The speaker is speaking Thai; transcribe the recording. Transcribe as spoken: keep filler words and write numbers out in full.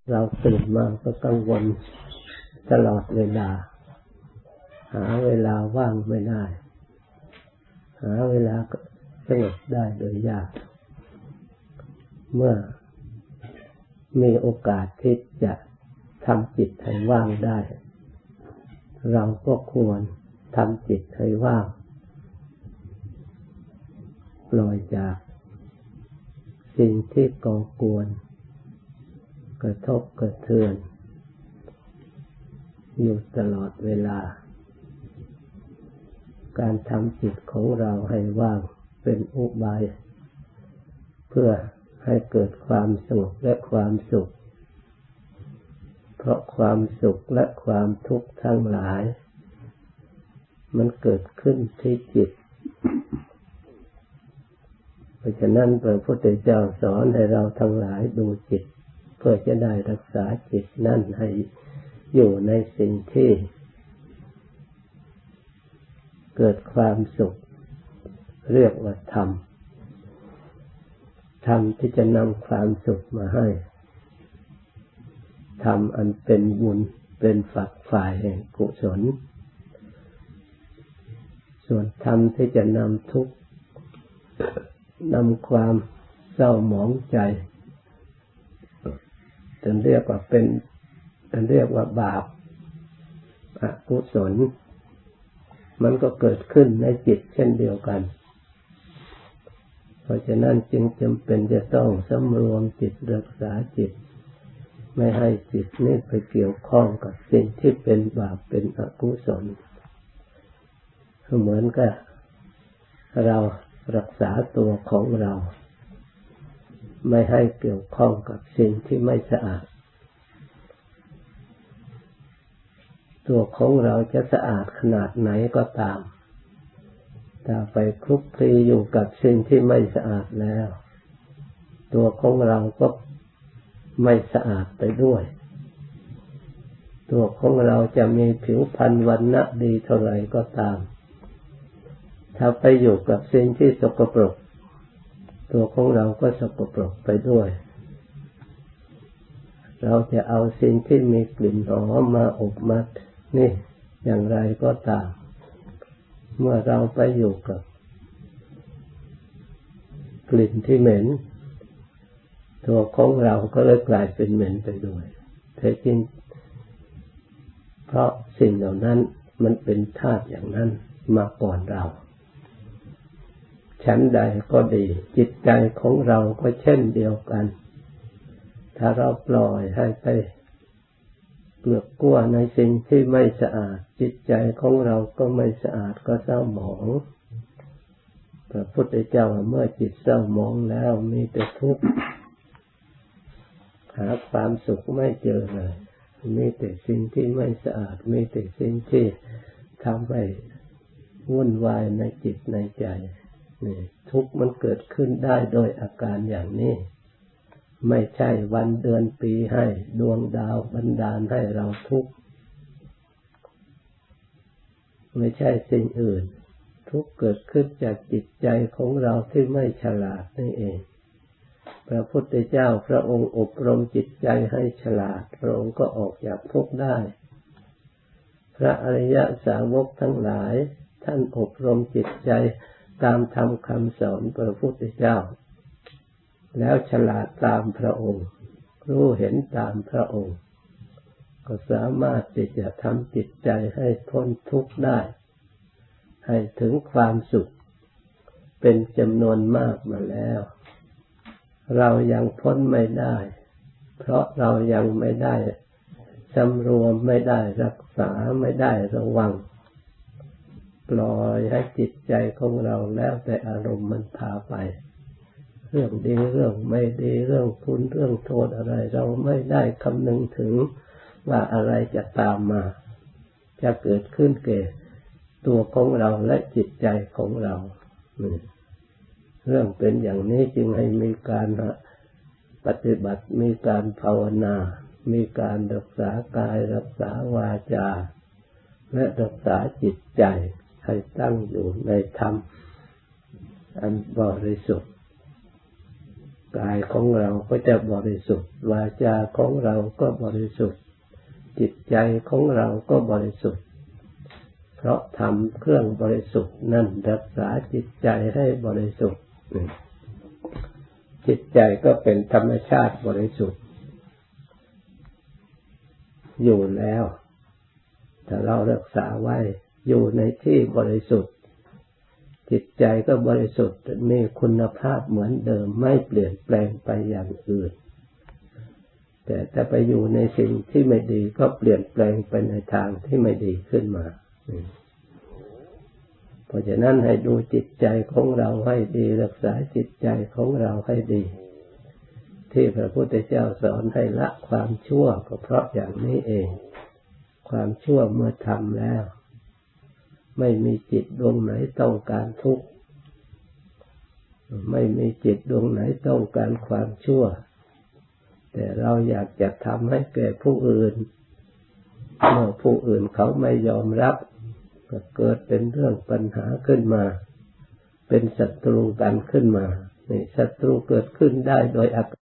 เราตื่นมาก็กังวลตลอดเวลาหาเวลาว่างไม่ได้หาเวลาสงบได้โดยยากเมื่อมีโอกาสที่จะทำจิตให้ว่างได้เราก็ควรทำจิตให้ว่างปล่อยจากสิ่งที่ก่อกวนกระทบกระเทือนอยู่ตลอดเวลาการทำจิตของเราให้ว่างเป็นอุบายเพื่อให้เกิดความสงบและความสุขเพราะความสุขและความทุกข์ทั้งหลายมันเกิดขึ้นที่จิตเพราะฉะนั้นพระพุทธเจ้าสอนให้เราทั้งหลายดูจิตเพื่อจะได้รักษาจิตนั่นให้อยู่ในสิ่งที่เกิดความสุขเรียกว่าธรรมธรรมที่จะนำความสุขมาให้ธรรมอันเป็นบุญเป็นฝักฝ่ายแห่งกุศลส่วนธรรมที่จะนำทุกข์นำความเศร้าหมองใจจะเรียกว่าเป็นจะเรียกว่าบาปอกุศลมันก็เกิดขึ้นในจิตเช่นเดียวกันเพราะฉะนั้นจึงจำเป็นจะต้องสำรวมจิตรักษาจิตไม่ให้จิตนี้ไปเกี่ยวข้องกับสิ่งที่เป็นบาปเป็นอกุศลเหมือนกับเรารักษาตัวของเราไม่ให้เกี่ยวข้องกับสิ่งที่ไม่สะอาดตัวของเราจะสะอาดขนาดไหนก็ตามถ้าไปคลุกคลีอยู่กับสิ่งที่ไม่สะอาดแล้วตัวของเราก็ไม่สะอาดไปด้วยตัวของเราจะมีผิวพรรณวรรณะดีเท่าไหร่ก็ตามถ้าไปอยู่กับสิ่งที่สกปรกตัวของเราก็สกปรกไปด้วยเราจะเอาสิ่งที่มีกลิ่นหอมมาอบมานี่อย่างไรก็ตามเมื่อเราไปอยู่กับกลิ่นที่เหม็นตัวของเราก็เลยกลายเป็นเหม็นไปด้วยแท้จริงเพราะสิ่งเหล่านั้นมันเป็นธาตุอย่างนั้นมาก่อนเราชั้นใดก็ดีจิตใจของเราก็เช่นเดียวกันถ้าเราปล่อยให้ไปเกลือกกลัวในสิ่งที่ไม่สะอาดจิตใจของเราก็ไม่สะอาดก็เศร้าหมองพระพุทธเจ้าเมื่อจิตเศร้าหมองแล้วมีแต่ทุกข์หาความสุขไม่เจอเลยมีแต่สิ่งที่ไม่สะอาดมีแต่สิ่งที่ทำให้วุ่นวายในจิตในใจนี่ทุกข์มันเกิดขึ้นได้โดยอาการอย่างนี้ไม่ใช่วันเดือนปีให้ดวงดาวบันดาลให้เราทุกข์ไม่ใช่สิ่งอื่นทุกข์เกิดขึ้นจากจิตใจของเราที่ไม่ฉลาดนี่เองพระพุทธเจ้าพระองค์อบรมจิตใจให้ฉลาดพระองค์ก็ออกจากทุกข์ได้พระอริยสาวกทั้งหลายท่านอบรมจิตใจตามธรรมคำสอนพระพุทธเจ้าแล้วฉลาดตามพระองค์รู้เห็นตามพระองค์ก็สามารถที่จะทำจิตใจให้พ้นทุกข์ได้ให้ถึงความสุขเป็นจำนวนมากมาแล้วเรายังพ้นไม่ได้เพราะเรายังไม่ได้สำรวมไม่ได้รักษาไม่ได้ระวังปล่อยให้จิตใจของเราแล้วแต่อารมณ์มันพาไปเรื่องดีเรื่องไม่ดีเรื่องคุณเรื่องโทษอะไรเราไม่ได้คำนึงถึงว่าอะไรจะตามมาจะเกิดขึ้นแก่ตัวของเราและจิตใจของเราเรื่องเป็นอย่างนี้จึงให้มีการปฏิบัติมีการภาวนามีการรักษากายรักษาวาจาและรักษาจิตใจให้ตั้งอยู่ในธรรมอันบริสุทธิ์กายของเราก็จะบริสุทธิ์วาจาของเราก็บริสุทธิ์จิตใจของเราก็บริสุทธิ์เพราะทำเครื่องบริสุทธิ์นั่นรักษาจิตใจให้บริสุทธิ์จิตใจก็เป็นธรรมชาติบริสุทธิ์อยู่แล้วถ้าเรารักษาไว้อยู่ในที่บริสุทธิ์จิตใจก็บริสุทธิ์มีคุณภาพเหมือนเดิมไม่เปลี่ยนแปลงไปอย่างอื่นแต่ถ้าไปอยู่ในสิ่งที่ไม่ดีก็เปลี่ยนแปลงไปในทางที่ไม่ดีขึ้นมาเพราะฉะนั้นให้ดูจิตใจของเราให้ดีรักษาจิตใจของเราให้ดีที่พระพุทธเจ้าสอนให้ละความชั่วก็เพราะอย่างนี้เองความชั่วเมื่อทำแล้วไม่มีจิตดวงไหนต้องการทุกข์ไม่มีจิตดวงไหนต้องการความชั่วแต่เราอยากจะทำให้แก่ผู้อื่นเมื่อผู้อื่นเขาไม่ยอมรับก็เกิดเป็นเรื่องปัญหาขึ้นมาเป็นศัตรูกันขึ้นมานี่ศัตรูเกิดขึ้นได้โดยอา